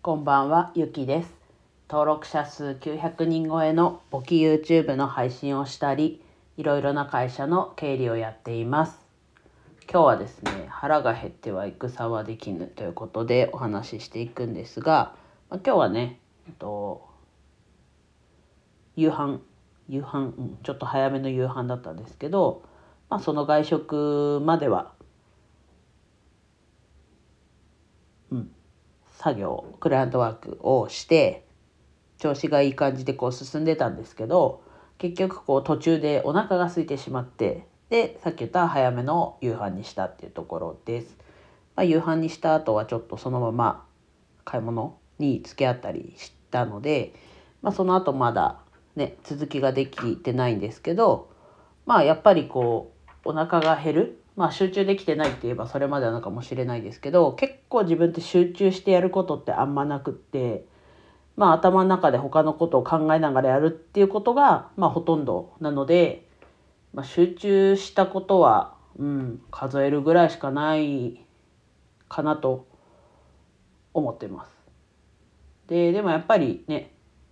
こんばんは、ゆきです。登録者数900人超えの簿記 YouTube の配信をしたり、いろいろな会社の経理をやっています。今日はですね、腹が減っては戦はできぬということでお話ししていくんですが、今日はね、夕飯、ちょっと早めの夕飯だったんですけど、その外食までは、作業、クライアントワークをして、調子がいい感じで進んでたんですけど、結局途中でお腹が空いてしまって、でさっき言った早めの夕飯にしたっていうところです。夕飯にした後はちょっとそのまま買い物に付き合ったりしたので、その後まだね続きができてないんですけど、やっぱりお腹が減る、集中できてないって言えばそれまでなのかもしれないですけど、結構自分って集中してやることってあんまなくって、頭の中で他のことを考えながらやるっていうことがほとんどなので、集中したことは、数えるぐらいしかないかなと思ってます。でもやっぱりね、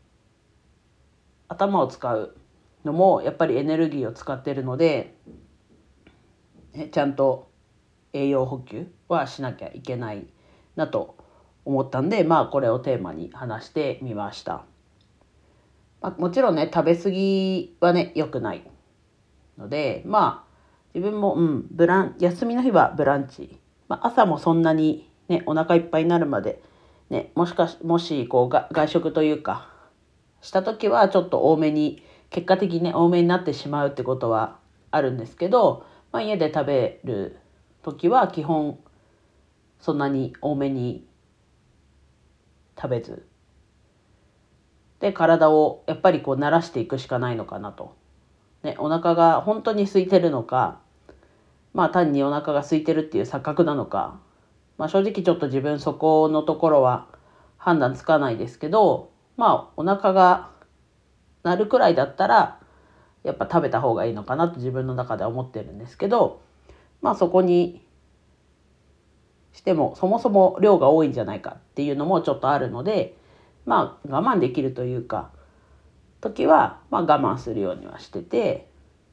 頭を使うのもやっぱりエネルギーを使ってるので、ちゃんと栄養補給はしなきゃいけないなと思ったんで、これをテーマに話してみました。もちろんね、食べ過ぎはね良くないので、自分も、休みの日はブランチ、朝もそんなにねお腹いっぱいになるまでね、もし外食というかした時はちょっと多めに、結果的にね多めになってしまうってことはあるんですけど、家で食べる時は基本そんなに多めに食べずで、体をやっぱり慣らしていくしかないのかなと。ね、お腹が本当に空いてるのか、単にお腹が空いてるっていう錯覚なのか、正直ちょっと自分そこのところは判断つかないですけど、お腹が鳴るくらいだったらやっぱ食べた方がいいのかなと自分の中では思ってるんですけど、そこにしてもそもそも量が多いんじゃないかっていうのもちょっとあるので、我慢できるというか時は我慢するようにはしてて、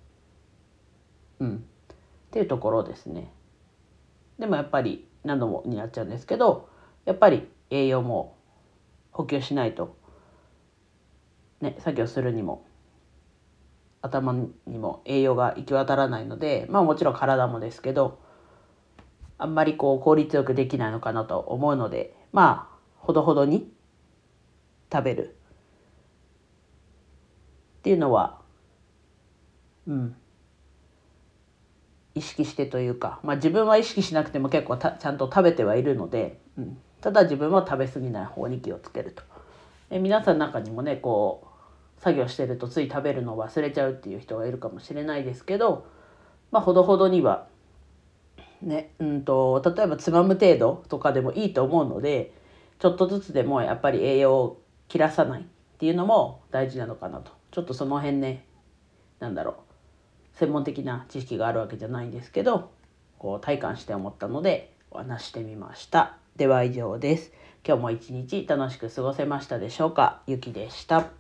っていうところですね。でもやっぱり何度もになっちゃうんですけど、やっぱり栄養も補給しないとね、作業するにも頭にも栄養が行き渡らないので、もちろん体もですけど、あんまり効率よくできないのかなと思うので、ほどほどに食べるっていうのは、意識してというか、自分は意識しなくても結構ちゃんと食べてはいるので、ただ自分は食べ過ぎない方に気をつけると。皆さんの中にもね作業してるとつい食べるのを忘れちゃうっていう人がいるかもしれないですけど、ほどほどにはね、例えばつまむ程度とかでもいいと思うので、ちょっとずつでもやっぱり栄養を切らさないっていうのも大事なのかなと。ちょっとその辺ね、専門的な知識があるわけじゃないんですけど、体感して思ったのでお話してみました。では以上です。今日も一日楽しく過ごせましたでしょうか。ゆきでした。